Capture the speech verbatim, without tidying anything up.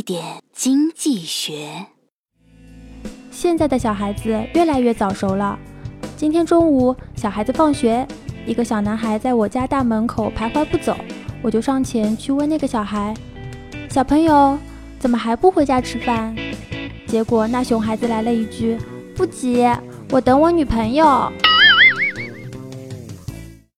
点经济学。 现在的小孩子越来越早熟了。今天中午，小孩子放学，一个小男孩在我家大门口徘徊不走，我就上前去问那个小孩：“小朋友，怎么还不回家吃饭？”结果那熊孩子来了一句：“不急，我等我女朋友。”